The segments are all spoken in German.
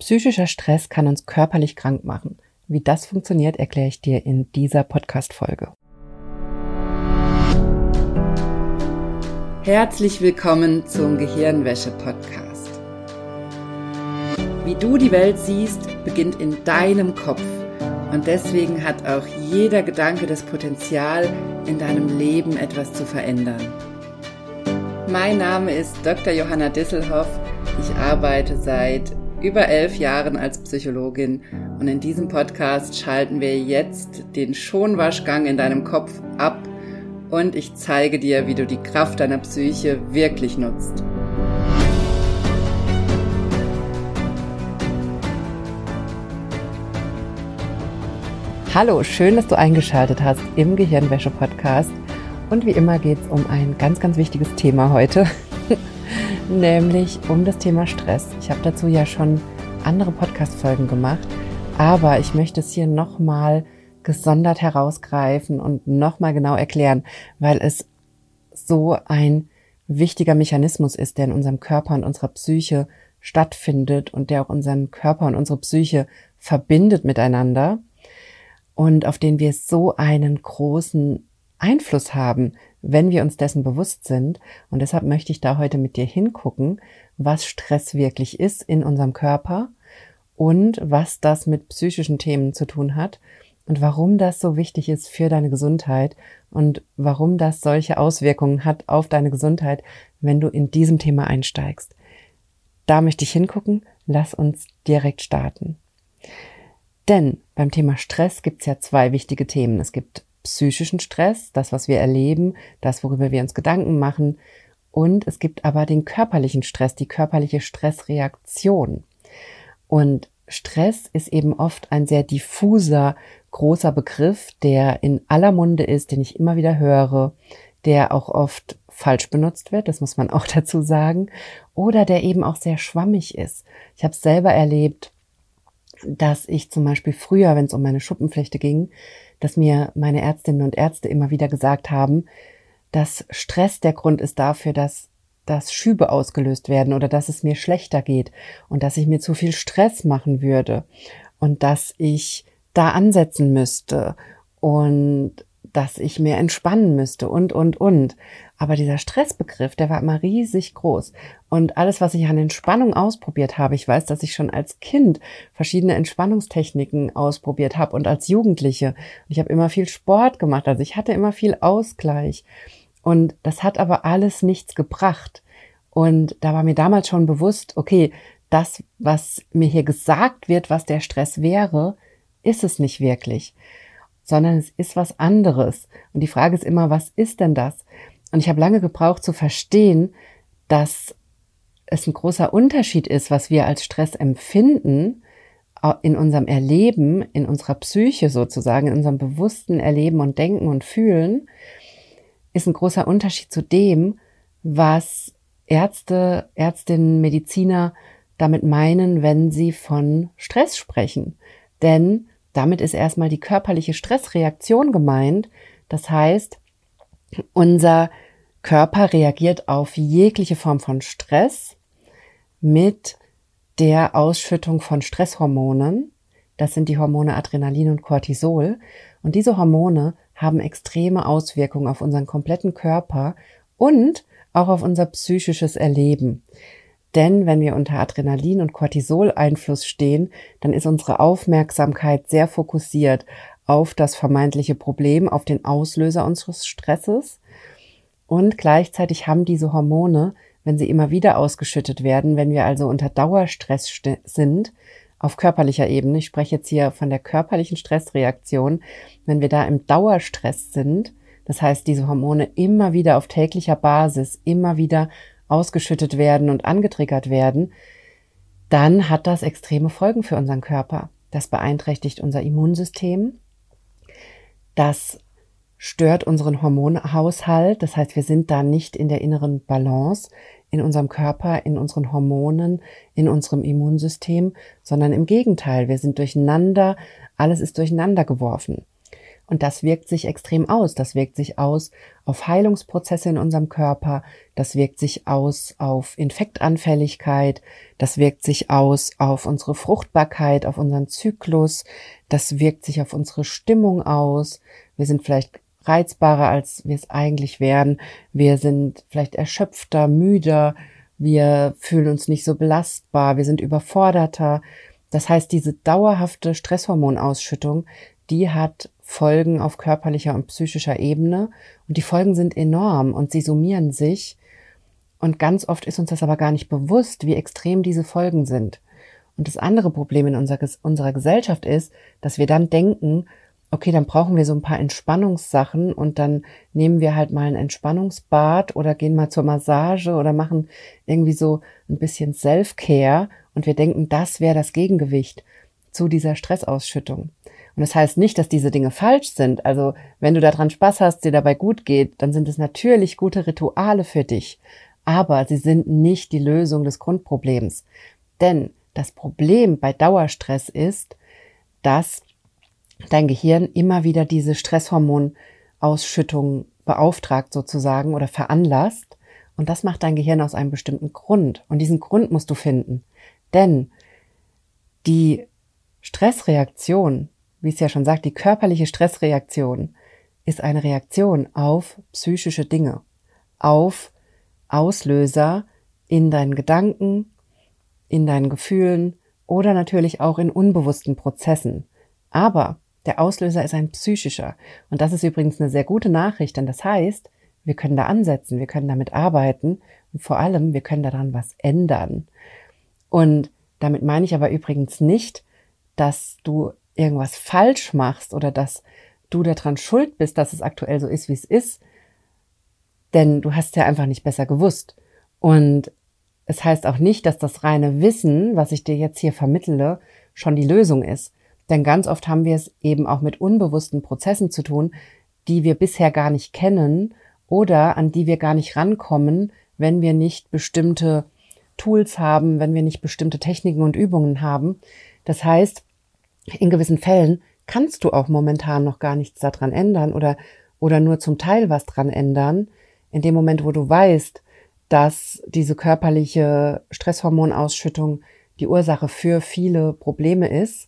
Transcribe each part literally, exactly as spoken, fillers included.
Psychischer Stress kann uns körperlich krank machen. Wie das funktioniert, erkläre ich dir in dieser Podcast-Folge. Herzlich willkommen zum Gehirnwäsche-Podcast. Wie du die Welt siehst, beginnt in deinem Kopf. Und deswegen hat auch jeder Gedanke das Potenzial, in deinem Leben etwas zu verändern. Mein Name ist Doktor Johanna Disselhoff. Ich arbeite seit über elf Jahren als Psychologin und in diesem Podcast schalten wir jetzt den Schonwaschgang in deinem Kopf ab und ich zeige dir, wie du die Kraft deiner Psyche wirklich nutzt. Hallo, schön, dass du eingeschaltet hast im Gehirnwäsche-Podcast und wie immer geht es um ein ganz, ganz wichtiges Thema heute. Nämlich um das Thema Stress. Ich habe dazu ja schon andere Podcast-Folgen gemacht, aber ich möchte es hier nochmal gesondert herausgreifen und nochmal genau erklären, weil es so ein wichtiger Mechanismus ist, der in unserem Körper und unserer Psyche stattfindet und der auch unseren Körper und unsere Psyche verbindet miteinander und auf den wir so einen großen Einfluss haben, wenn wir uns dessen bewusst sind. Und deshalb möchte ich da heute mit dir hingucken, was Stress wirklich ist in unserem Körper und was das mit psychischen Themen zu tun hat und warum das so wichtig ist für deine Gesundheit und warum das solche Auswirkungen hat auf deine Gesundheit, wenn du in diesem Thema einsteigst. Da möchte ich hingucken. Lass uns direkt starten. Denn beim Thema Stress gibt es ja zwei wichtige Themen. Es gibt psychischen Stress, das, was wir erleben, das, worüber wir uns Gedanken machen. Und es gibt aber den körperlichen Stress, die körperliche Stressreaktion. Und Stress ist eben oft ein sehr diffuser, großer Begriff, der in aller Munde ist, den ich immer wieder höre, der auch oft falsch benutzt wird, das muss man auch dazu sagen, oder der eben auch sehr schwammig ist. Ich habe es selber erlebt, dass ich zum Beispiel früher, wenn es um meine Schuppenflechte ging, dass mir meine Ärztinnen und Ärzte immer wieder gesagt haben, dass Stress der Grund ist dafür, dass, dass Schübe ausgelöst werden oder dass es mir schlechter geht und dass ich mir zu viel Stress machen würde und dass ich da ansetzen müsste und dass ich mehr entspannen müsste und, und, und. Aber dieser Stressbegriff, der war immer riesig groß. Und alles, was ich an Entspannung ausprobiert habe, ich weiß, dass ich schon als Kind verschiedene Entspannungstechniken ausprobiert habe und als Jugendliche. Und ich habe immer viel Sport gemacht, also ich hatte immer viel Ausgleich. Und das hat aber alles nichts gebracht. Und da war mir damals schon bewusst, okay, das, was mir hier gesagt wird, was der Stress wäre, ist es nicht wirklich, sondern es ist was anderes. Und die Frage ist immer, was ist denn das? Und ich habe lange gebraucht zu verstehen, dass es ein großer Unterschied ist, was wir als Stress empfinden in unserem Erleben, in unserer Psyche sozusagen, in unserem bewussten Erleben und Denken und Fühlen, ist ein großer Unterschied zu dem, was Ärzte, Ärztinnen, Mediziner damit meinen, wenn sie von Stress sprechen. Denn damit ist erstmal die körperliche Stressreaktion gemeint. Das heißt, unser Körper reagiert auf jegliche Form von Stress mit der Ausschüttung von Stresshormonen. Das sind die Hormone Adrenalin und Cortisol. Und diese Hormone haben extreme Auswirkungen auf unseren kompletten Körper und auch auf unser psychisches Erleben. Denn wenn wir unter Adrenalin- und Cortisol-Einfluss stehen, dann ist unsere Aufmerksamkeit sehr fokussiert auf das vermeintliche Problem, auf den Auslöser unseres Stresses. Und gleichzeitig haben diese Hormone, wenn sie immer wieder ausgeschüttet werden, wenn wir also unter Dauerstress st- sind, auf körperlicher Ebene, ich spreche jetzt hier von der körperlichen Stressreaktion, wenn wir da im Dauerstress sind, das heißt, diese Hormone immer wieder auf täglicher Basis, immer wieder ausgeschüttet werden und angetriggert werden, dann hat das extreme Folgen für unseren Körper. Das beeinträchtigt unser Immunsystem, das stört unseren Hormonhaushalt, das heißt, wir sind da nicht in der inneren Balance in unserem Körper, in unseren Hormonen, in unserem Immunsystem, sondern im Gegenteil, wir sind durcheinander, alles ist durcheinander geworfen. Und das wirkt sich extrem aus. Das wirkt sich aus auf Heilungsprozesse in unserem Körper. Das wirkt sich aus auf Infektanfälligkeit. Das wirkt sich aus auf unsere Fruchtbarkeit, auf unseren Zyklus. Das wirkt sich auf unsere Stimmung aus. Wir sind vielleicht reizbarer, als wir es eigentlich wären. Wir sind vielleicht erschöpfter, müder. Wir fühlen uns nicht so belastbar. Wir sind überforderter. Das heißt, diese dauerhafte Stresshormonausschüttung, die hat Folgen auf körperlicher und psychischer Ebene. Und die Folgen sind enorm und sie summieren sich. Und ganz oft ist uns das aber gar nicht bewusst, wie extrem diese Folgen sind. Und das andere Problem in unserer, unserer Gesellschaft ist, dass wir dann denken, okay, dann brauchen wir so ein paar Entspannungssachen und dann nehmen wir halt mal ein Entspannungsbad oder gehen mal zur Massage oder machen irgendwie so ein bisschen Self-Care und wir denken, das wäre das Gegengewicht zu dieser Stressausschüttung. Und das heißt nicht, dass diese Dinge falsch sind. Also wenn du daran Spaß hast, dir dabei gut geht, dann sind es natürlich gute Rituale für dich. Aber sie sind nicht die Lösung des Grundproblems. Denn das Problem bei Dauerstress ist, dass dein Gehirn immer wieder diese Stresshormonausschüttung beauftragt sozusagen oder veranlasst. Und das macht dein Gehirn aus einem bestimmten Grund. Und diesen Grund musst du finden. Denn die Stressreaktion, wie es ja schon sagt, die körperliche Stressreaktion ist eine Reaktion auf psychische Dinge, auf Auslöser in deinen Gedanken, in deinen Gefühlen oder natürlich auch in unbewussten Prozessen. Aber der Auslöser ist ein psychischer. Und das ist übrigens eine sehr gute Nachricht, denn das heißt, wir können da ansetzen, wir können damit arbeiten und vor allem, wir können daran was ändern. Und damit meine ich aber übrigens nicht, dass du irgendwas falsch machst oder dass du daran schuld bist, dass es aktuell so ist, wie es ist. Denn du hast ja einfach nicht besser gewusst. Und es heißt auch nicht, dass das reine Wissen, was ich dir jetzt hier vermittle, schon die Lösung ist. Denn ganz oft haben wir es eben auch mit unbewussten Prozessen zu tun, die wir bisher gar nicht kennen oder an die wir gar nicht rankommen, wenn wir nicht bestimmte Tools haben, wenn wir nicht bestimmte Techniken und Übungen haben. Das heißt, in gewissen Fällen kannst du auch momentan noch gar nichts daran ändern oder, oder nur zum Teil was dran ändern. In dem Moment, wo du weißt, dass diese körperliche Stresshormonausschüttung die Ursache für viele Probleme ist,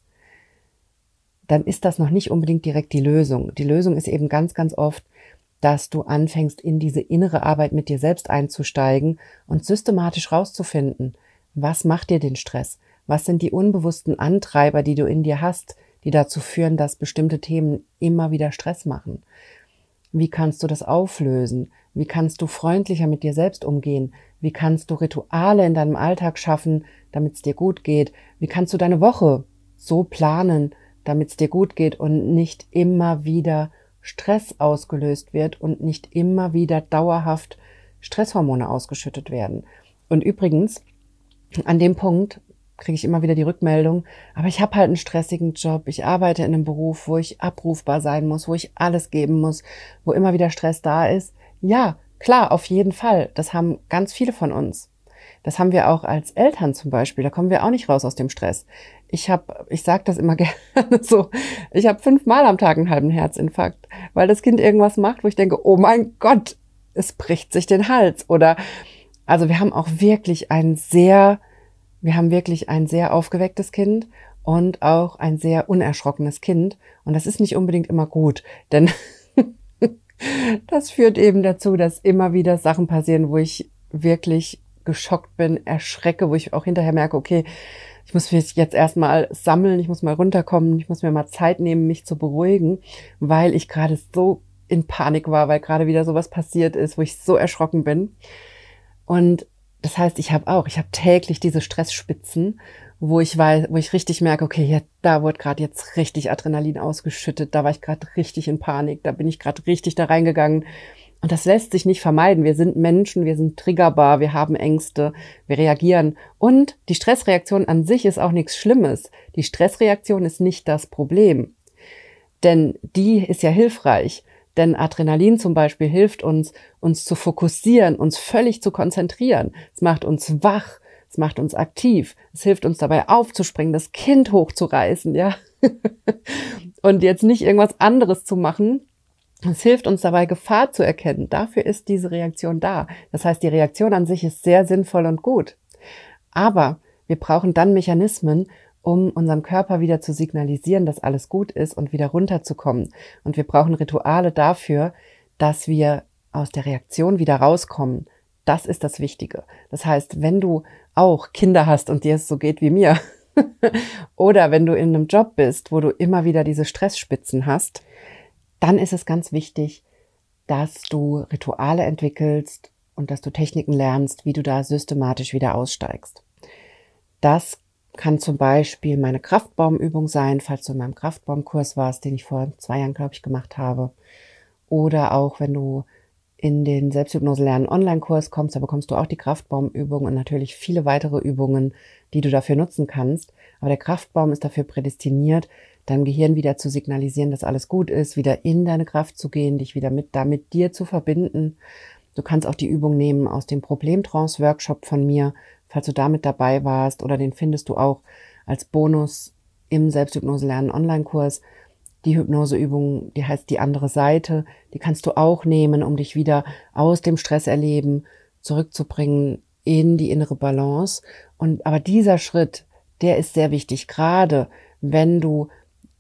dann ist das noch nicht unbedingt direkt die Lösung. Die Lösung ist eben ganz, ganz oft, dass du anfängst, in diese innere Arbeit mit dir selbst einzusteigen und systematisch rauszufinden, was macht dir den Stress? Was sind die unbewussten Antreiber, die du in dir hast, die dazu führen, dass bestimmte Themen immer wieder Stress machen? Wie kannst du das auflösen? Wie kannst du freundlicher mit dir selbst umgehen? Wie kannst du Rituale in deinem Alltag schaffen, damit es dir gut geht? Wie kannst du deine Woche so planen, damit es dir gut geht und nicht immer wieder Stress ausgelöst wird und nicht immer wieder dauerhaft Stresshormone ausgeschüttet werden? Und übrigens, an dem Punkt kriege ich immer wieder die Rückmeldung, aber ich habe halt einen stressigen Job, ich arbeite in einem Beruf, wo ich abrufbar sein muss, wo ich alles geben muss, wo immer wieder Stress da ist. Ja, klar, auf jeden Fall. Das haben ganz viele von uns. Das haben wir auch als Eltern zum Beispiel. Da kommen wir auch nicht raus aus dem Stress. Ich habe, ich sage das immer gerne so, ich habe fünfmal am Tag einen halben Herzinfarkt, weil das Kind irgendwas macht, wo ich denke, oh mein Gott, es bricht sich den Hals. Oder, also wir haben auch wirklich ein sehr, wir haben wirklich ein sehr aufgewecktes Kind und auch ein sehr unerschrockenes Kind. Und das ist nicht unbedingt immer gut, denn das führt eben dazu, dass immer wieder Sachen passieren, wo ich wirklich geschockt bin, erschrecke, wo ich auch hinterher merke, okay, ich muss mich jetzt erstmal sammeln, ich muss mal runterkommen, ich muss mir mal Zeit nehmen, mich zu beruhigen, weil ich gerade so in Panik war, weil gerade wieder sowas passiert ist, wo ich so erschrocken bin. Und das heißt, ich habe auch, ich habe täglich diese Stressspitzen, wo ich weiß, wo ich richtig merke, okay, ja, da wurde gerade jetzt richtig Adrenalin ausgeschüttet, da war ich gerade richtig in Panik, da bin ich gerade richtig da reingegangen. Und das lässt sich nicht vermeiden. Wir sind Menschen, wir sind triggerbar, wir haben Ängste, wir reagieren. Und die Stressreaktion an sich ist auch nichts Schlimmes. Die Stressreaktion ist nicht das Problem. Denn die ist ja hilfreich. Denn Adrenalin zum Beispiel hilft uns, uns zu fokussieren, uns völlig zu konzentrieren. Es macht uns wach, es macht uns aktiv. Es hilft uns dabei aufzuspringen, das Kind hochzureißen, ja. und jetzt nicht irgendwas anderes zu machen. Es hilft uns dabei, Gefahr zu erkennen. Dafür ist diese Reaktion da. Das heißt, die Reaktion an sich ist sehr sinnvoll und gut. Aber wir brauchen dann Mechanismen, um unserem Körper wieder zu signalisieren, dass alles gut ist und wieder runterzukommen. Und wir brauchen Rituale dafür, dass wir aus der Reaktion wieder rauskommen. Das ist das Wichtige. Das heißt, wenn du auch Kinder hast und dir es so geht wie mir, oder wenn du in einem Job bist, wo du immer wieder diese Stressspitzen hast, dann ist es ganz wichtig, dass du Rituale entwickelst und dass du Techniken lernst, wie du da systematisch wieder aussteigst. Das kann zum Beispiel meine Kraftbaumübung sein, falls du in meinem Kraftbaumkurs warst, den ich vor zwei Jahren, glaube ich, gemacht habe. Oder auch, wenn du in den Selbsthypnose lernen Online-Kurs kommst, da bekommst du auch die Kraftbaumübung und natürlich viele weitere Übungen, die du dafür nutzen kannst. Aber der Kraftbaum ist dafür prädestiniert, deinem Gehirn wieder zu signalisieren, dass alles gut ist, wieder in deine Kraft zu gehen, dich wieder mit damit dir zu verbinden. Du kannst auch die Übung nehmen aus dem Problemtrance-Workshop von mir, falls du damit dabei warst, oder den findest du auch als Bonus im Selbsthypnose lernen Online-Kurs. Die Hypnoseübung, die heißt die andere Seite, die kannst du auch nehmen, um dich wieder aus dem Stresserleben zurückzubringen in die innere Balance. Und aber dieser Schritt, der ist sehr wichtig, gerade wenn du,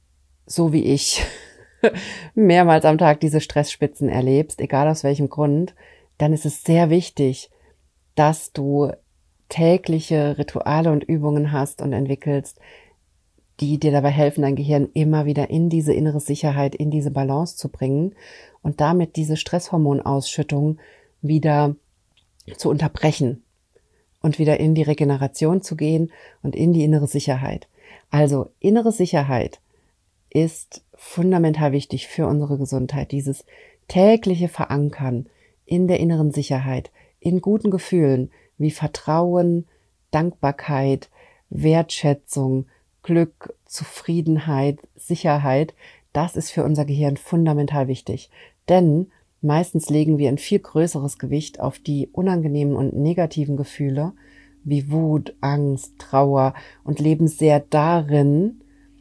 so wie ich, mehrmals am Tag diese Stressspitzen erlebst, egal aus welchem Grund, dann ist es sehr wichtig, dass du tägliche Rituale und Übungen hast und entwickelst, die dir dabei helfen, dein Gehirn immer wieder in diese innere Sicherheit, in diese Balance zu bringen und damit diese Stresshormonausschüttung wieder zu unterbrechen und wieder in die Regeneration zu gehen und in die innere Sicherheit. Also innere Sicherheit ist fundamental wichtig für unsere Gesundheit. Dieses tägliche Verankern in der inneren Sicherheit, in guten Gefühlen wie Vertrauen, Dankbarkeit, Wertschätzung, Glück, Zufriedenheit, Sicherheit, das ist für unser Gehirn fundamental wichtig. Denn meistens legen wir ein viel größeres Gewicht auf die unangenehmen und negativen Gefühle wie Wut, Angst, Trauer und leben sehr darin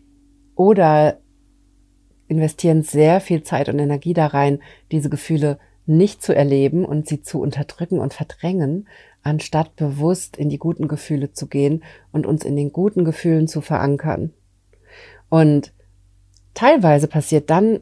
oder investieren sehr viel Zeit und Energie da rein, diese Gefühle nicht zu erleben und sie zu unterdrücken und verdrängen, anstatt bewusst in die guten Gefühle zu gehen und uns in den guten Gefühlen zu verankern. Und teilweise passiert dann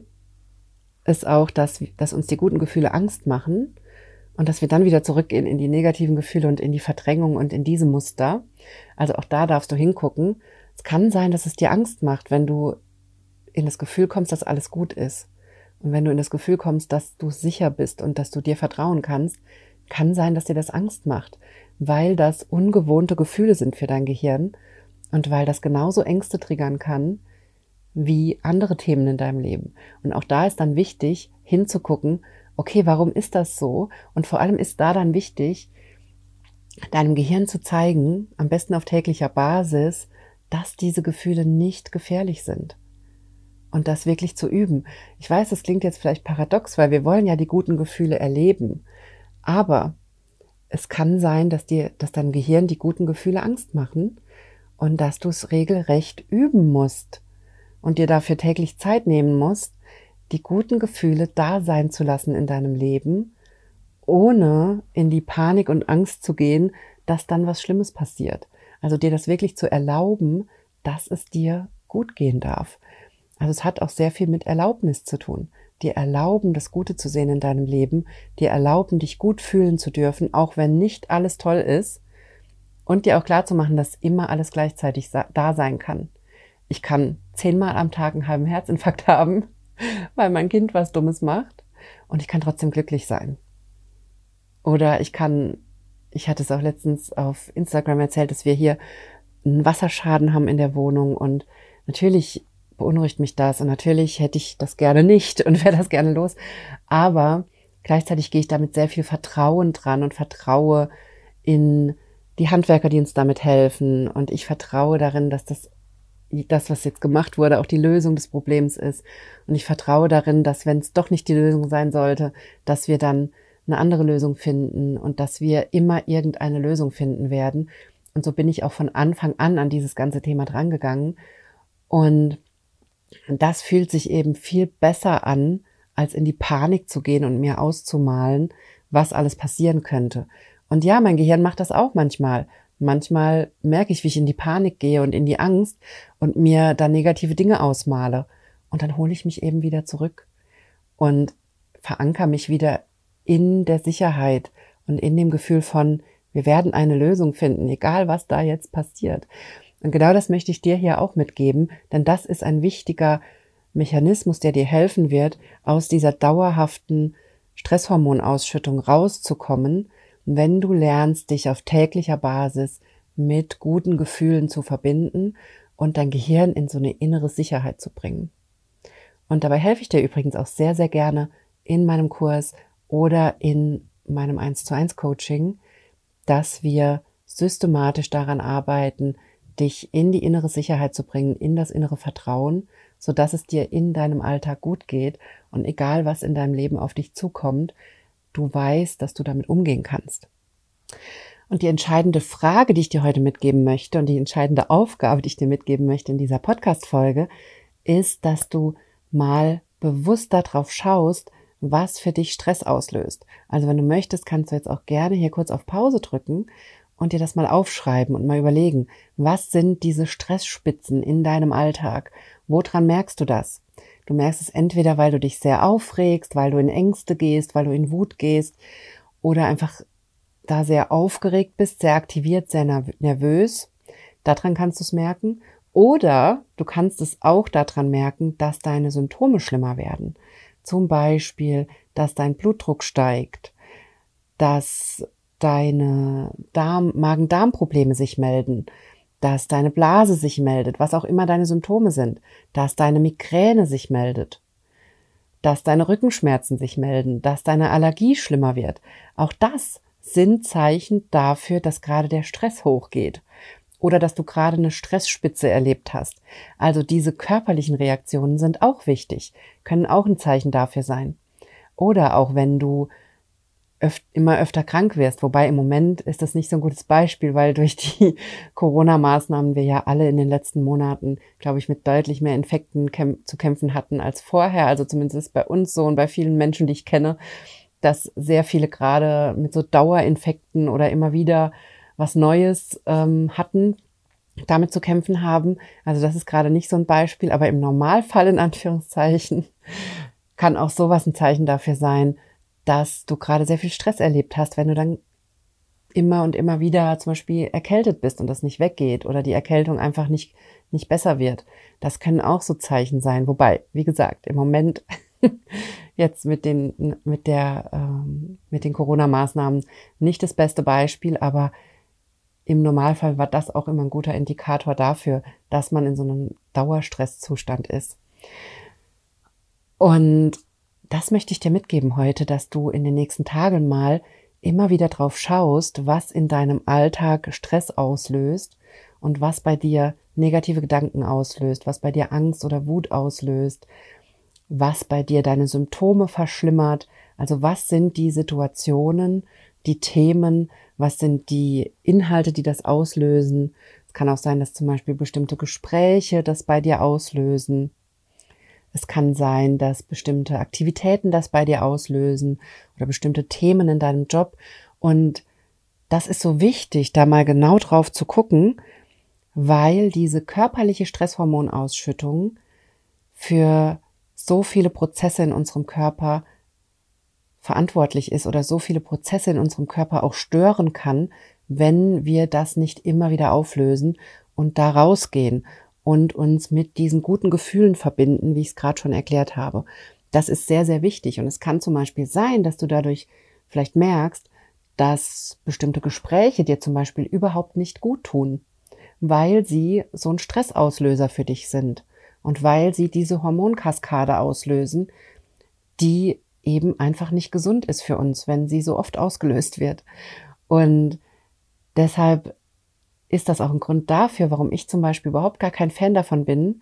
es auch, dass, dass uns die guten Gefühle Angst machen und dass wir dann wieder zurückgehen in die negativen Gefühle und in die Verdrängung und in diese Muster. Also auch da darfst du hingucken. Es kann sein, dass es dir Angst macht, wenn du in das Gefühl kommst, dass alles gut ist. Und wenn du in das Gefühl kommst, dass du sicher bist und dass du dir vertrauen kannst, kann sein, dass dir das Angst macht, weil das ungewohnte Gefühle sind für dein Gehirn und weil das genauso Ängste triggern kann wie andere Themen in deinem Leben. Und auch da ist dann wichtig, hinzugucken, okay, warum ist das so? Und vor allem ist da dann wichtig, deinem Gehirn zu zeigen, am besten auf täglicher Basis, dass diese Gefühle nicht gefährlich sind. Und das wirklich zu üben. Ich weiß, das klingt jetzt vielleicht paradox, weil wir wollen ja die guten Gefühle erleben. Aber es kann sein, dass dir, dass deinem Gehirn die guten Gefühle Angst machen und dass du es regelrecht üben musst und dir dafür täglich Zeit nehmen musst, die guten Gefühle da sein zu lassen in deinem Leben, ohne in die Panik und Angst zu gehen, dass dann was Schlimmes passiert. Also dir das wirklich zu erlauben, dass es dir gut gehen darf. Also es hat auch sehr viel mit Erlaubnis zu tun. Dir erlauben, das Gute zu sehen in deinem Leben, dir erlauben, dich gut fühlen zu dürfen, auch wenn nicht alles toll ist, und dir auch klar zu machen, dass immer alles gleichzeitig da sein kann. Ich kann zehnmal am Tag einen halben Herzinfarkt haben, weil mein Kind was Dummes macht, und ich kann trotzdem glücklich sein. Oder ich kann, ich hatte es auch letztens auf Instagram erzählt, dass wir hier einen Wasserschaden haben in der Wohnung, und natürlich beunruhigt mich das und natürlich hätte ich das gerne nicht und wäre das gerne los. Aber gleichzeitig gehe ich damit sehr viel Vertrauen dran und vertraue in die Handwerker, die uns damit helfen. Und ich vertraue darin, dass das, das, was jetzt gemacht wurde, auch die Lösung des Problems ist. Und ich vertraue darin, dass, wenn es doch nicht die Lösung sein sollte, dass wir dann eine andere Lösung finden und dass wir immer irgendeine Lösung finden werden. Und so bin ich auch von Anfang an an dieses ganze Thema drangegangen. Und Und das fühlt sich eben viel besser an, als in die Panik zu gehen und mir auszumalen, was alles passieren könnte. Und ja, mein Gehirn macht das auch manchmal. Manchmal merke ich, wie ich in die Panik gehe und in die Angst und mir dann negative Dinge ausmale. Und dann hole ich mich eben wieder zurück und verankere mich wieder in der Sicherheit und in dem Gefühl von, wir werden eine Lösung finden, egal was da jetzt passiert. Und genau das möchte ich dir hier auch mitgeben, denn das ist ein wichtiger Mechanismus, der dir helfen wird, aus dieser dauerhaften Stresshormonausschüttung rauszukommen, wenn du lernst, dich auf täglicher Basis mit guten Gefühlen zu verbinden und dein Gehirn in so eine innere Sicherheit zu bringen. Und dabei helfe ich dir übrigens auch sehr, sehr gerne in meinem Kurs oder in meinem eins zu eins Coaching, dass wir systematisch daran arbeiten, dich in die innere Sicherheit zu bringen, in das innere Vertrauen, sodass es dir in deinem Alltag gut geht und egal was in deinem Leben auf dich zukommt, du weißt, dass du damit umgehen kannst. Und die entscheidende Frage, die ich dir heute mitgeben möchte und die entscheidende Aufgabe, die ich dir mitgeben möchte in dieser Podcast-Folge, ist, dass du mal bewusst darauf schaust, was für dich Stress auslöst. Also wenn du möchtest, kannst du jetzt auch gerne hier kurz auf Pause drücken und dir das mal aufschreiben und mal überlegen, was sind diese Stressspitzen in deinem Alltag? Woran merkst du das? Du merkst es entweder, weil du dich sehr aufregst, weil du in Ängste gehst, weil du in Wut gehst oder einfach da sehr aufgeregt bist, sehr aktiviert, sehr nervös. Daran kannst du es merken. Oder du kannst es auch daran merken, dass deine Symptome schlimmer werden. Zum Beispiel, dass dein Blutdruck steigt, dass deine Darm- Magen-Darm-Probleme sich melden, dass deine Blase sich meldet, was auch immer deine Symptome sind, dass deine Migräne sich meldet, dass deine Rückenschmerzen sich melden, dass deine Allergie schlimmer wird. Auch das sind Zeichen dafür, dass gerade der Stress hochgeht. Oder dass du gerade eine Stressspitze erlebt hast. Also diese körperlichen Reaktionen sind auch wichtig, können auch ein Zeichen dafür sein. Oder auch wenn du öf- immer öfter krank wirst, wobei im Moment ist das nicht so ein gutes Beispiel, weil durch die Corona-Maßnahmen wir ja alle in den letzten Monaten, glaube ich, mit deutlich mehr Infekten kämp- zu kämpfen hatten als vorher. Also zumindest bei uns so und bei vielen Menschen, die ich kenne, dass sehr viele gerade mit so Dauerinfekten oder immer wieder was Neues ähm, hatten, damit zu kämpfen haben. Also das ist gerade nicht so ein Beispiel, aber im Normalfall in Anführungszeichen kann auch sowas ein Zeichen dafür sein, dass du gerade sehr viel Stress erlebt hast, wenn du dann immer und immer wieder zum Beispiel erkältet bist und das nicht weggeht oder die Erkältung einfach nicht, nicht besser wird. Das können auch so Zeichen sein. Wobei, wie gesagt, im Moment jetzt mit den, mit der, ähm, mit den Corona-Maßnahmen nicht das beste Beispiel, aber im Normalfall war das auch immer ein guter Indikator dafür, dass man in so einem Dauerstresszustand ist. Und das möchte ich dir mitgeben heute, dass du in den nächsten Tagen mal immer wieder drauf schaust, was in deinem Alltag Stress auslöst und was bei dir negative Gedanken auslöst, was bei dir Angst oder Wut auslöst, was bei dir deine Symptome verschlimmert. Also was sind die Situationen, die Themen, was sind die Inhalte, die das auslösen. Es kann auch sein, dass zum Beispiel bestimmte Gespräche das bei dir auslösen. Es kann sein, dass bestimmte Aktivitäten das bei dir auslösen oder bestimmte Themen in deinem Job. Und das ist so wichtig, da mal genau drauf zu gucken, weil diese körperliche Stresshormonausschüttung für so viele Prozesse in unserem Körper verantwortlich ist oder so viele Prozesse in unserem Körper auch stören kann, wenn wir das nicht immer wieder auflösen und da rausgehen und uns mit diesen guten Gefühlen verbinden, wie ich es gerade schon erklärt habe. Das ist sehr, sehr wichtig. Und es kann zum Beispiel sein, dass du dadurch vielleicht merkst, dass bestimmte Gespräche dir zum Beispiel überhaupt nicht gut tun, weil sie so ein Stressauslöser für dich sind und weil sie diese Hormonkaskade auslösen, die eben einfach nicht gesund ist für uns, wenn sie so oft ausgelöst wird. Und deshalb ist das auch ein Grund dafür, warum ich zum Beispiel überhaupt gar kein Fan davon bin,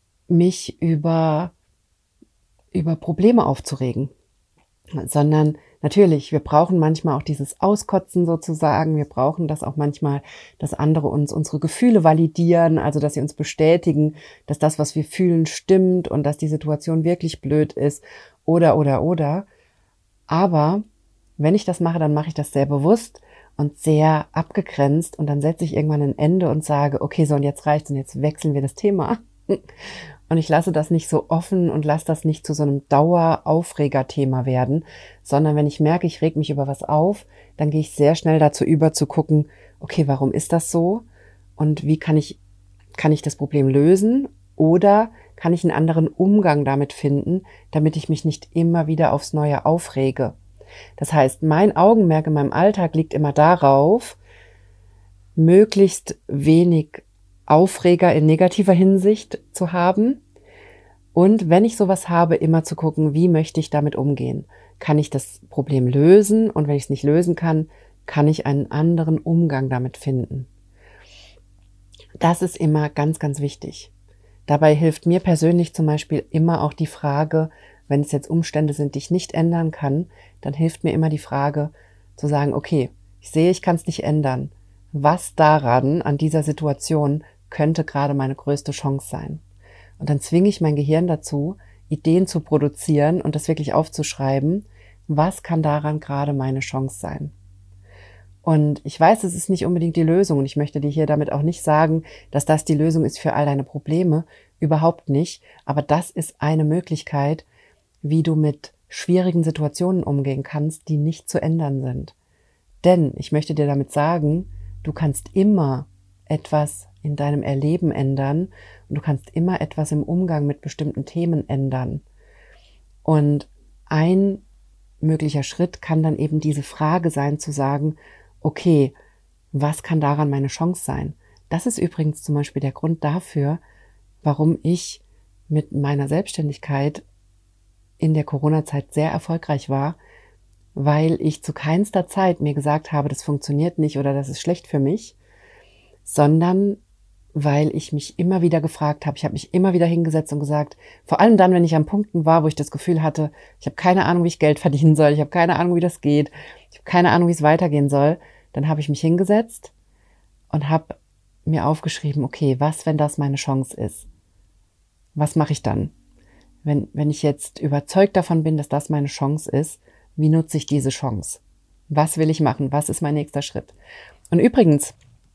mich über, über Probleme aufzuregen, sondern Natürlich, wir brauchen manchmal auch dieses Auskotzen sozusagen. Wir brauchen das auch manchmal, dass andere uns unsere Gefühle validieren, also dass sie uns bestätigen, dass das, was wir fühlen, stimmt und dass die Situation wirklich blöd ist oder, oder, oder. Aber wenn ich das mache, dann mache ich das sehr bewusst und sehr abgegrenzt und dann setze ich irgendwann ein Ende und sage, okay, so und jetzt reicht's und jetzt wechseln wir das Thema. Und ich lasse das nicht so offen und lasse das nicht zu so einem Daueraufregerthema werden, sondern wenn ich merke, ich reg mich über was auf, dann gehe ich sehr schnell dazu über zu gucken, okay, warum ist das so? Und wie kann ich, kann ich das Problem lösen? Oder kann ich einen anderen Umgang damit finden, damit ich mich nicht immer wieder aufs Neue aufrege? Das heißt, mein Augenmerk in meinem Alltag liegt immer darauf, möglichst wenig Aufreger in negativer Hinsicht zu haben und wenn ich sowas habe, immer zu gucken, wie möchte ich damit umgehen? Kann ich das Problem lösen? Und wenn ich es nicht lösen kann, kann ich einen anderen Umgang damit finden? Das ist immer ganz, ganz wichtig. Dabei hilft mir persönlich zum Beispiel immer auch die Frage, wenn es jetzt Umstände sind, die ich nicht ändern kann, dann hilft mir immer die Frage zu sagen, okay, ich sehe, ich kann es nicht ändern. Was daran, an dieser Situation, könnte gerade meine größte Chance sein? Und dann zwinge ich mein Gehirn dazu, Ideen zu produzieren und das wirklich aufzuschreiben. Was kann daran gerade meine Chance sein? Und ich weiß, es ist nicht unbedingt die Lösung und ich möchte dir hier damit auch nicht sagen, dass das die Lösung ist für all deine Probleme. Überhaupt nicht. Aber das ist eine Möglichkeit, wie du mit schwierigen Situationen umgehen kannst, die nicht zu ändern sind. Denn ich möchte dir damit sagen, du kannst immer etwas in deinem Erleben ändern und du kannst immer etwas im Umgang mit bestimmten Themen ändern. Und ein möglicher Schritt kann dann eben diese Frage sein, zu sagen, okay, was kann daran meine Chance sein? Das ist übrigens zum Beispiel der Grund dafür, warum ich mit meiner Selbstständigkeit in der Corona-Zeit sehr erfolgreich war, weil ich zu keinster Zeit mir gesagt habe, das funktioniert nicht oder das ist schlecht für mich, sondern weil ich mich immer wieder gefragt habe, ich habe mich immer wieder hingesetzt und gesagt, vor allem dann, wenn ich an Punkten war, wo ich das Gefühl hatte, ich habe keine Ahnung, wie ich Geld verdienen soll, ich habe keine Ahnung, wie das geht, ich habe keine Ahnung, wie es weitergehen soll, dann habe ich mich hingesetzt und habe mir aufgeschrieben, okay, was, wenn das meine Chance ist? Was mache ich dann? Wenn, wenn ich jetzt überzeugt davon bin, dass das meine Chance ist, wie nutze ich diese Chance? Was will ich machen? Was ist mein nächster Schritt? Und übrigens,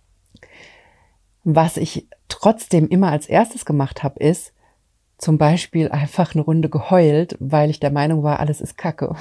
was ich trotzdem immer als erstes gemacht habe, ist zum Beispiel einfach eine Runde geheult, weil ich der Meinung war, alles ist Kacke.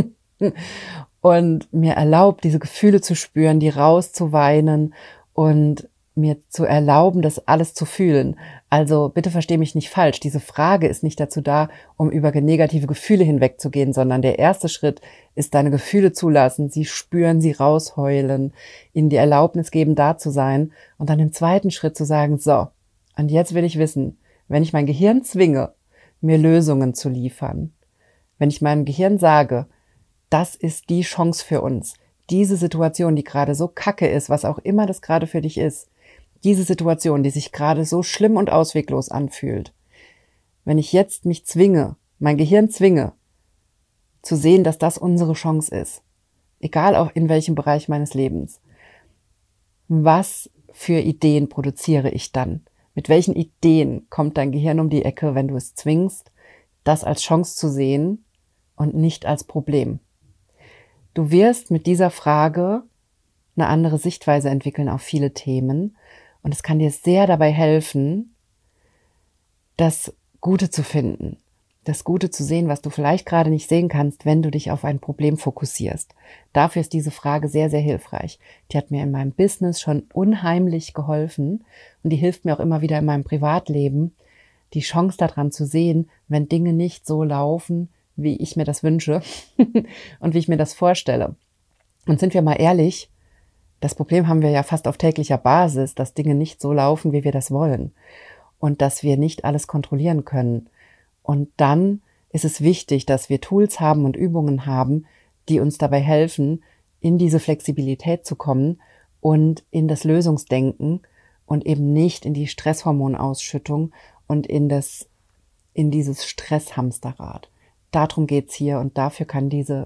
Und mir erlaubt, diese Gefühle zu spüren, die rauszuweinen und mir zu erlauben, das alles zu fühlen. Also bitte versteh mich nicht falsch. Diese Frage ist nicht dazu da, um über negative Gefühle hinwegzugehen, sondern der erste Schritt ist deine Gefühle zulassen, sie spüren, sie rausheulen, ihnen die Erlaubnis geben, da zu sein und dann im zweiten Schritt zu sagen, so, und jetzt will ich wissen, wenn ich mein Gehirn zwinge, mir Lösungen zu liefern, wenn ich meinem Gehirn sage, das ist die Chance für uns, diese Situation, die gerade so kacke ist, was auch immer das gerade für dich ist, diese Situation, die sich gerade so schlimm und ausweglos anfühlt, wenn ich jetzt mich zwinge, mein Gehirn zwinge, zu sehen, dass das unsere Chance ist, egal auch in welchem Bereich meines Lebens, was für Ideen produziere ich dann? Mit welchen Ideen kommt dein Gehirn um die Ecke, wenn du es zwingst, das als Chance zu sehen und nicht als Problem? Du wirst mit dieser Frage eine andere Sichtweise entwickeln auf viele Themen und es kann dir sehr dabei helfen, das Gute zu finden, das Gute zu sehen, was du vielleicht gerade nicht sehen kannst, wenn du dich auf ein Problem fokussierst. Dafür ist diese Frage sehr, sehr hilfreich. Die hat mir in meinem Business schon unheimlich geholfen und die hilft mir auch immer wieder in meinem Privatleben, die Chance daran zu sehen, wenn Dinge nicht so laufen, wie ich mir das wünsche und wie ich mir das vorstelle. Und sind wir mal ehrlich, das Problem haben wir ja fast auf täglicher Basis, dass Dinge nicht so laufen, wie wir das wollen und dass wir nicht alles kontrollieren können. Und dann ist es wichtig, dass wir Tools haben und Übungen haben, die uns dabei helfen, in diese Flexibilität zu kommen und in das Lösungsdenken und eben nicht in die Stresshormonausschüttung und in das, in dieses Stresshamsterrad. Darum geht's hier und dafür kann diese,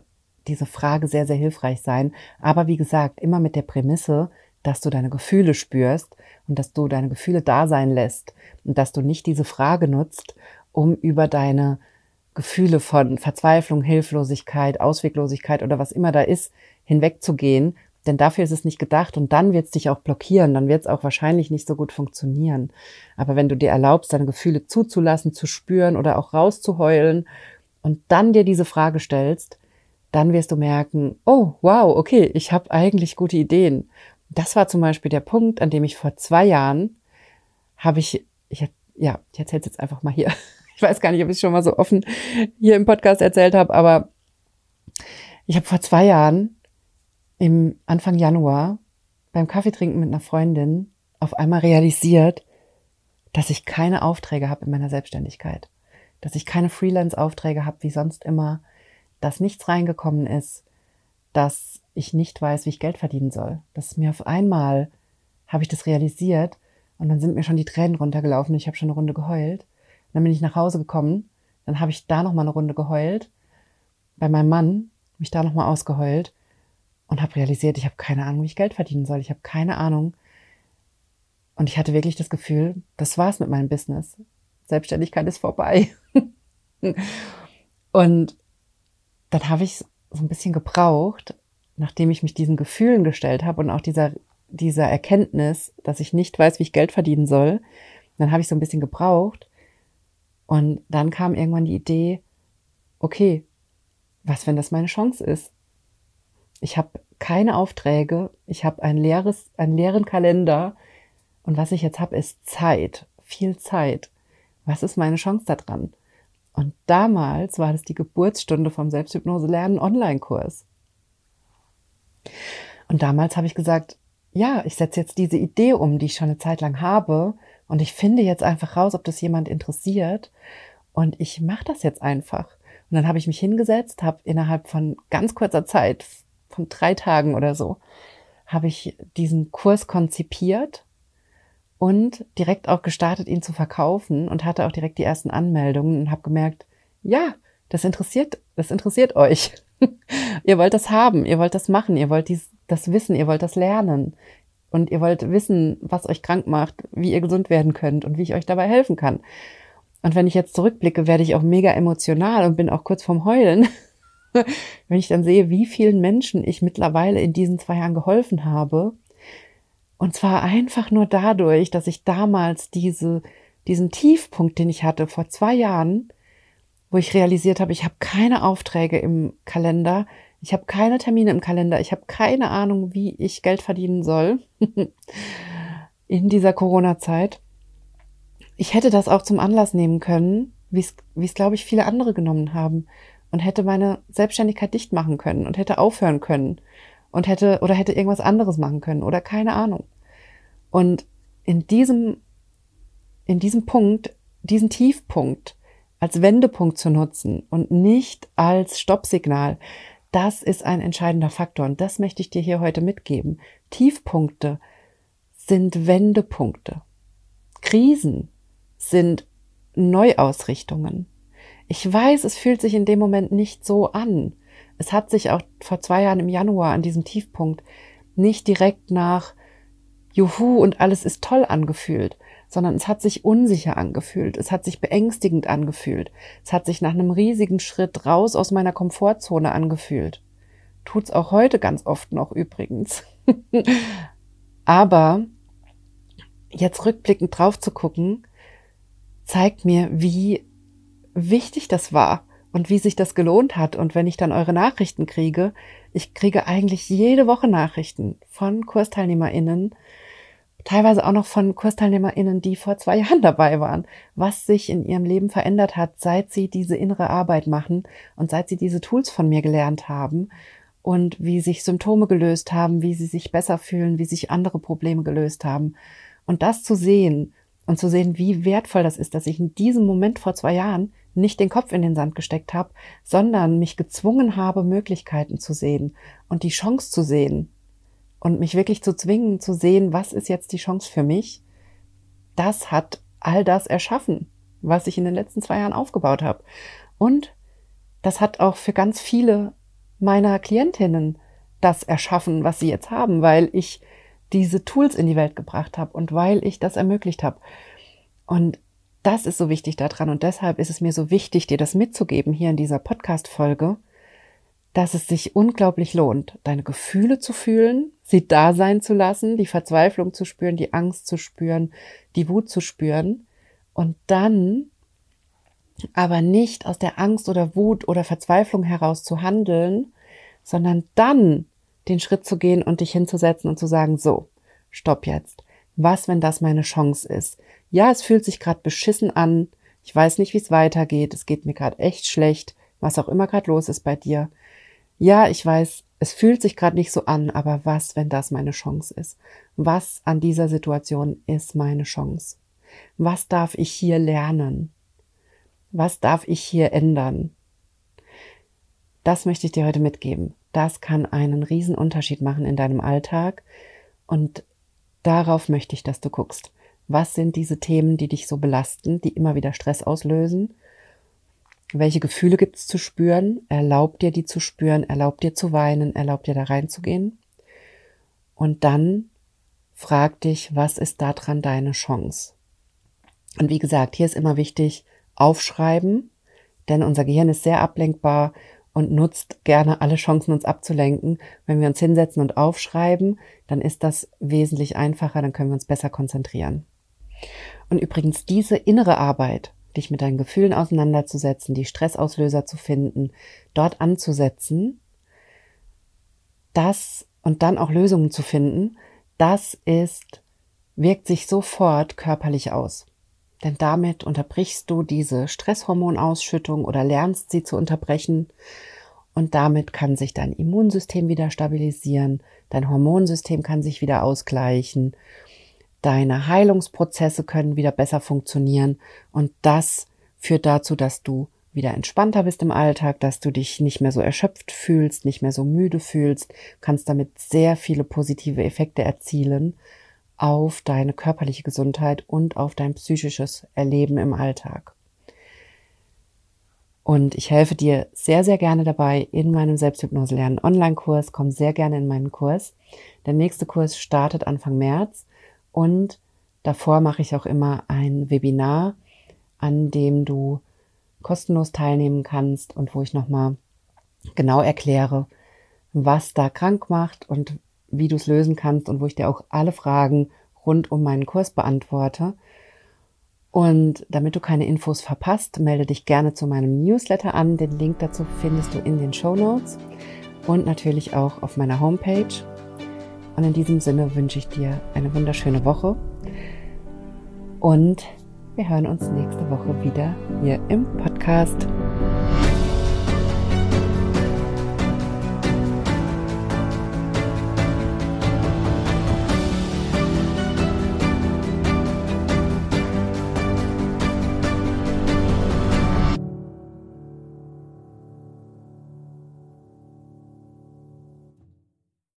diese Frage sehr, sehr hilfreich sein. Aber wie gesagt, immer mit der Prämisse, dass du deine Gefühle spürst und dass du deine Gefühle da sein lässt und dass du nicht diese Frage nutzt, um über deine Gefühle von Verzweiflung, Hilflosigkeit, Ausweglosigkeit oder was immer da ist, hinwegzugehen. Denn dafür ist es nicht gedacht und dann wird es dich auch blockieren, dann wird es auch wahrscheinlich nicht so gut funktionieren. Aber wenn du dir erlaubst, deine Gefühle zuzulassen, zu spüren oder auch rauszuheulen und dann dir diese Frage stellst, dann wirst du merken, oh, wow, okay, ich habe eigentlich gute Ideen. Das war zum Beispiel der Punkt, an dem ich vor zwei Jahren habe ich, ich ja, ich erzähle es jetzt einfach mal hier. Ich weiß gar nicht, ob ich es schon mal so offen hier im Podcast erzählt habe, aber ich habe vor zwei Jahren im Anfang Januar beim Kaffeetrinken mit einer Freundin auf einmal realisiert, dass ich keine Aufträge habe in meiner Selbstständigkeit, dass ich keine Freelance-Aufträge habe wie sonst immer, dass nichts reingekommen ist, dass ich nicht weiß, wie ich Geld verdienen soll. Dass mir auf einmal habe ich das realisiert und dann sind mir schon die Tränen runtergelaufen und ich habe schon eine Runde geheult. Und dann bin ich nach Hause gekommen, dann habe ich da nochmal eine Runde geheult. Bei meinem Mann habe ich da nochmal ausgeheult und habe realisiert, ich habe keine Ahnung, wie ich Geld verdienen soll. Ich habe keine Ahnung. Und ich hatte wirklich das Gefühl, das war's mit meinem Business. Selbstständigkeit ist vorbei. Und dann habe ich so ein bisschen gebraucht, nachdem ich mich diesen Gefühlen gestellt habe und auch dieser, dieser Erkenntnis, dass ich nicht weiß, wie ich Geld verdienen soll. Dann habe ich so ein bisschen gebraucht. Und dann kam irgendwann die Idee, okay, was, wenn das meine Chance ist? Ich habe keine Aufträge, ich habe ein leeres, einen leeren Kalender und was ich jetzt habe, ist Zeit, viel Zeit. Was ist meine Chance da dran? Und damals war das die Geburtsstunde vom Selbsthypnose-Lernen-Online-Kurs. Und damals habe ich gesagt, ja, ich setze jetzt diese Idee um, die ich schon eine Zeit lang habe und ich finde jetzt einfach raus, ob das jemand interessiert und ich mache das jetzt einfach. Und dann habe ich mich hingesetzt, habe innerhalb von ganz kurzer Zeit, von drei Tagen oder so, habe ich diesen Kurs konzipiert und direkt auch gestartet, ihn zu verkaufen und hatte auch direkt die ersten Anmeldungen und habe gemerkt, ja, das interessiert, das interessiert euch. Ihr wollt das haben, ihr wollt das machen, ihr wollt dies, das wissen, ihr wollt das lernen und ihr wollt wissen, was euch krank macht, wie ihr gesund werden könnt und wie ich euch dabei helfen kann. Und wenn ich jetzt zurückblicke, werde ich auch mega emotional und bin auch kurz vorm Heulen, wenn ich dann sehe, wie vielen Menschen ich mittlerweile in diesen zwei Jahren geholfen habe. Und zwar einfach nur dadurch, dass ich damals diese, diesen Tiefpunkt, den ich hatte vor zwei Jahren, wo ich realisiert habe, ich habe keine Aufträge im Kalender, ich habe keine Termine im Kalender, ich habe keine Ahnung, wie ich Geld verdienen soll in dieser Corona-Zeit. Ich hätte das auch zum Anlass nehmen können, wie es, wie es, glaube ich, viele andere genommen haben und hätte meine Selbstständigkeit dicht machen können und hätte aufhören können und hätte oder hätte irgendwas anderes machen können oder keine Ahnung. Und in diesem, in diesem Punkt, diesen Tiefpunkt als Wendepunkt zu nutzen und nicht als Stoppsignal, das ist ein entscheidender Faktor und das möchte ich dir hier heute mitgeben. Tiefpunkte sind Wendepunkte. Krisen sind Neuausrichtungen. Ich weiß, es fühlt sich in dem Moment nicht so an. Es hat sich auch vor zwei Jahren im Januar an diesem Tiefpunkt nicht direkt nach Juhu und alles ist toll angefühlt, sondern es hat sich unsicher angefühlt, es hat sich beängstigend angefühlt, es hat sich nach einem riesigen Schritt raus aus meiner Komfortzone angefühlt. Tut's auch heute ganz oft noch übrigens. Aber jetzt rückblickend drauf zu gucken, zeigt mir, wie wichtig das war und wie sich das gelohnt hat. Und wenn ich dann eure Nachrichten kriege, ich kriege eigentlich jede Woche Nachrichten von KursteilnehmerInnen, teilweise auch noch von KursteilnehmerInnen, die vor zwei Jahren dabei waren, was sich in ihrem Leben verändert hat, seit sie diese innere Arbeit machen und seit sie diese Tools von mir gelernt haben und wie sich Symptome gelöst haben, wie sie sich besser fühlen, wie sich andere Probleme gelöst haben. Und das zu sehen und zu sehen, wie wertvoll das ist, dass ich in diesem Moment vor zwei Jahren nicht den Kopf in den Sand gesteckt habe, sondern mich gezwungen habe, Möglichkeiten zu sehen und die Chance zu sehen und mich wirklich zu zwingen, zu sehen, was ist jetzt die Chance für mich, das hat all das erschaffen, was ich in den letzten zwei Jahren aufgebaut habe. Und das hat auch für ganz viele meiner Klientinnen das erschaffen, was sie jetzt haben, weil ich diese Tools in die Welt gebracht habe und weil ich das ermöglicht habe. Und das ist so wichtig daran und deshalb ist es mir so wichtig, dir das mitzugeben hier in dieser Podcast-Folge, dass es sich unglaublich lohnt, deine Gefühle zu fühlen, sie da sein zu lassen, die Verzweiflung zu spüren, die Angst zu spüren, die Wut zu spüren und dann aber nicht aus der Angst oder Wut oder Verzweiflung heraus zu handeln, sondern dann den Schritt zu gehen und dich hinzusetzen und zu sagen, so, stopp jetzt. Was, wenn das meine Chance ist? Ja, es fühlt sich gerade beschissen an. Ich weiß nicht, wie es weitergeht. Es geht mir gerade echt schlecht, was auch immer gerade los ist bei dir. Ja, ich weiß, es fühlt sich gerade nicht so an, aber was, wenn das meine Chance ist? Was an dieser Situation ist meine Chance? Was darf ich hier lernen? Was darf ich hier ändern? Das möchte ich dir heute mitgeben. Das kann einen riesen Unterschied machen in deinem Alltag und darauf möchte ich, dass du guckst. Was sind diese Themen, die dich so belasten, die immer wieder Stress auslösen? Welche Gefühle gibt es zu spüren? Erlaub dir, die zu spüren, erlaub dir zu weinen, erlaub dir da reinzugehen. Und dann frag dich, was ist daran deine Chance? Und wie gesagt, hier ist immer wichtig, aufschreiben, denn unser Gehirn ist sehr ablenkbar und nutzt gerne alle Chancen, uns abzulenken. Wenn wir uns hinsetzen und aufschreiben, dann ist das wesentlich einfacher, dann können wir uns besser konzentrieren. Und übrigens diese innere Arbeit, dich mit deinen Gefühlen auseinanderzusetzen, die Stressauslöser zu finden, dort anzusetzen, das und dann auch Lösungen zu finden, das ist, wirkt sich sofort körperlich aus. Denn damit unterbrichst du diese Stresshormonausschüttung oder lernst sie zu unterbrechen und damit kann sich dein Immunsystem wieder stabilisieren, dein Hormonsystem kann sich wieder ausgleichen, deine Heilungsprozesse können wieder besser funktionieren und das führt dazu, dass du wieder entspannter bist im Alltag, dass du dich nicht mehr so erschöpft fühlst, nicht mehr so müde fühlst, kannst damit sehr viele positive Effekte erzielen auf deine körperliche Gesundheit und auf dein psychisches Erleben im Alltag. Und ich helfe dir sehr, sehr gerne dabei in meinem Selbsthypnose-Lernen-Online-Kurs. Komm sehr gerne in meinen Kurs. Der nächste Kurs startet Anfang März und davor mache ich auch immer ein Webinar, an dem du kostenlos teilnehmen kannst und wo ich nochmal genau erkläre, was da krank macht und wie du es lösen kannst und wo ich dir auch alle Fragen rund um meinen Kurs beantworte. Und damit du keine Infos verpasst, melde dich gerne zu meinem Newsletter an. Den Link dazu findest du in den Shownotes und natürlich auch auf meiner Homepage. Und in diesem Sinne wünsche ich dir eine wunderschöne Woche und wir hören uns nächste Woche wieder hier im Podcast.